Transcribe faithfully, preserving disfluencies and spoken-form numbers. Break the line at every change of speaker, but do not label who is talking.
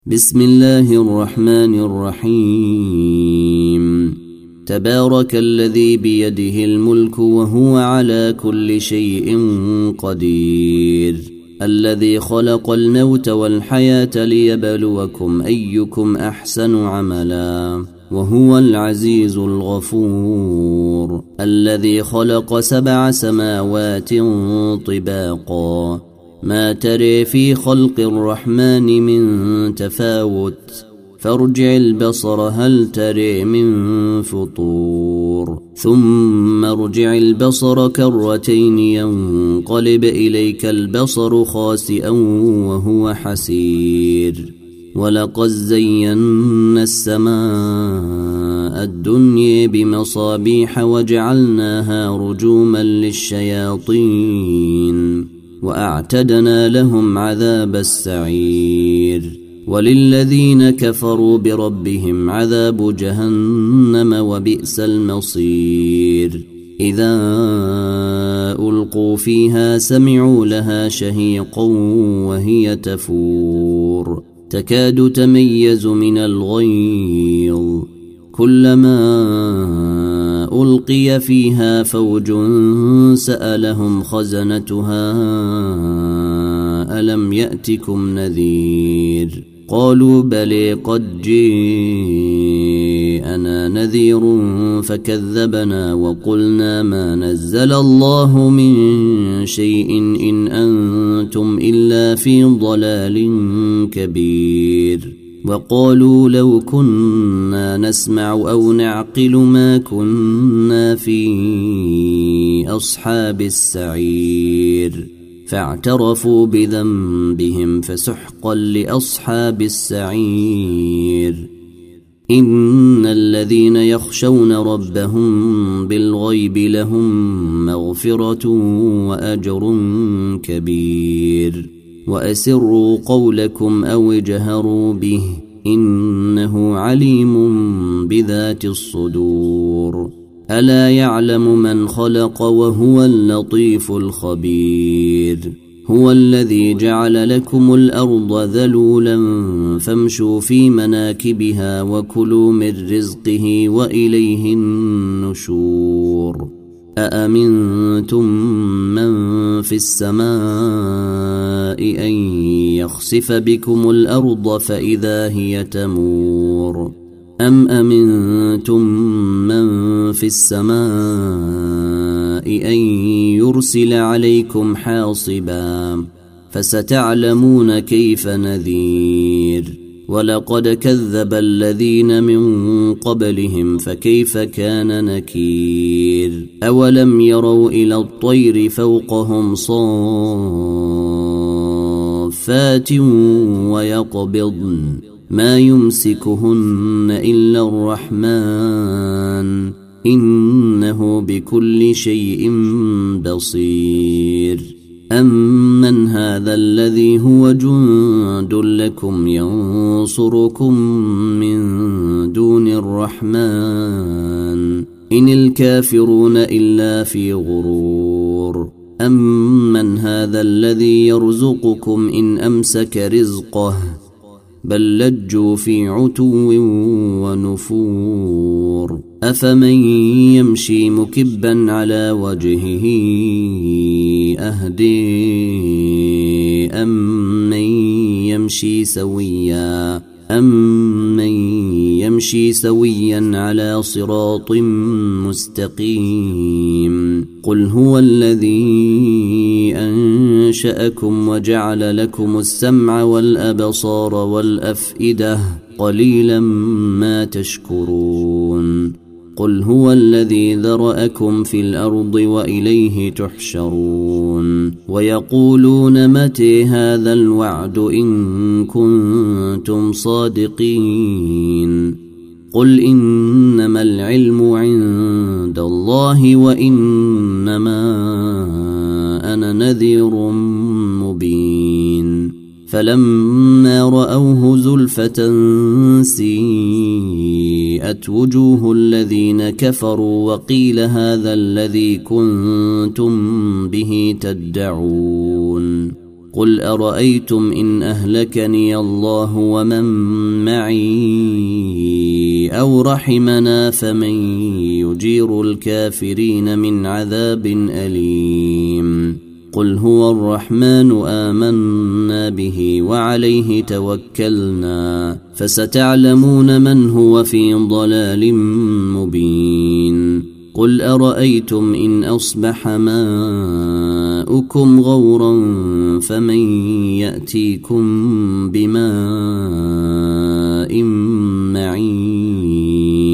بسم الله الرحمن الرحيم تبارك الذي بيده الملك وهو على كل شيء قدير الذي خلق الموت والحياة ليبلوكم أيكم أحسن عملا وهو العزيز الغفور الذي خلق سبع سماوات طباقا ما تري في خلق الرحمن من تفاوت فارجع البصر هل تري من فطور ثم ارجع البصر كرتين ينقلب إليك البصر خاسئا وهو حسير ولقد زينا السماء الدنيا بمصابيح وجعلناها رجوما للشياطين وأعتدنا لهم عذاب السعير وللذين كفروا بربهم عذاب جهنم وبئس المصير إذا ألقوا فيها سمعوا لها شهيقا وهي تفور تكاد تميز من الغيظ كلما ألقي فيها فوج سألهم خزنتها ألم يأتكم نذير قالوا بلى قد جاءنا نذير فكذبنا وقلنا ما نزل الله من شيء إن أنتم إلا في ضلال كبير وقالوا لو كنا نسمع أو نعقل ما كنا في أصحاب السعير فاعترفوا بذنبهم فسحقا لأصحاب السعير إن الذين يخشون ربهم بالغيب لهم مغفرة وأجر كبير وأسروا قولكم أو اجهروا به إنه عليم بذات الصدور ألا يعلم من خلق وهو اللطيف الخبير هو الذي جعل لكم الأرض ذلولا فامشوا في مناكبها وكلوا من رزقه وإليه النشور أأمنتم من في السماء أن يخسف بكم الأرض فإذا هي تمور أم أمنتم من في السماء أن يرسل عليكم حاصبا فستعلمون كيف نذير ولقد كذب الذين من قبلهم فكيف كان نكير أولم يروا إلى الطير فوقهم صافات ويقبضن ما يمسكهن إلا الرحمن إنه بكل شيء بصير أمن هذا الذي هو جند لكم ينصركم من دون الرحمن إن الكافرون إلا في غرور أمن هذا الذي يرزقكم إن أمسك رزقه بل لجوا في عتو ونفور أفمن يمشي مكبا على وجهه أهدي أم من يمشي سويا أم من يمشي سويا على صراط مستقيم قل هو الذي أنشأكم وجعل لكم السمع والأبصار والأفئدة قليلا ما تشكرون قل هو الذي ذرأكم في الأرض وإليه تحشرون ويقولون متى هذا الوعد إن كنتم صادقين قل إنما العلم عند الله وإنما أنا نذير مبين فلما رأوه زلفة سيئت وجوه الذين كفروا وقيل هذا الذي كنتم به تدعون قل أرأيتم إن أهلكني الله ومن معي أو رحمنا فمن يجير الكافرين من عذاب أليم قل هو الرحمن آمنا به وعليه توكلنا فستعلمون من هو في ضلال مبين قل أرأيتم إن أصبح ماؤكم غورا فمن يأتيكم بماء معين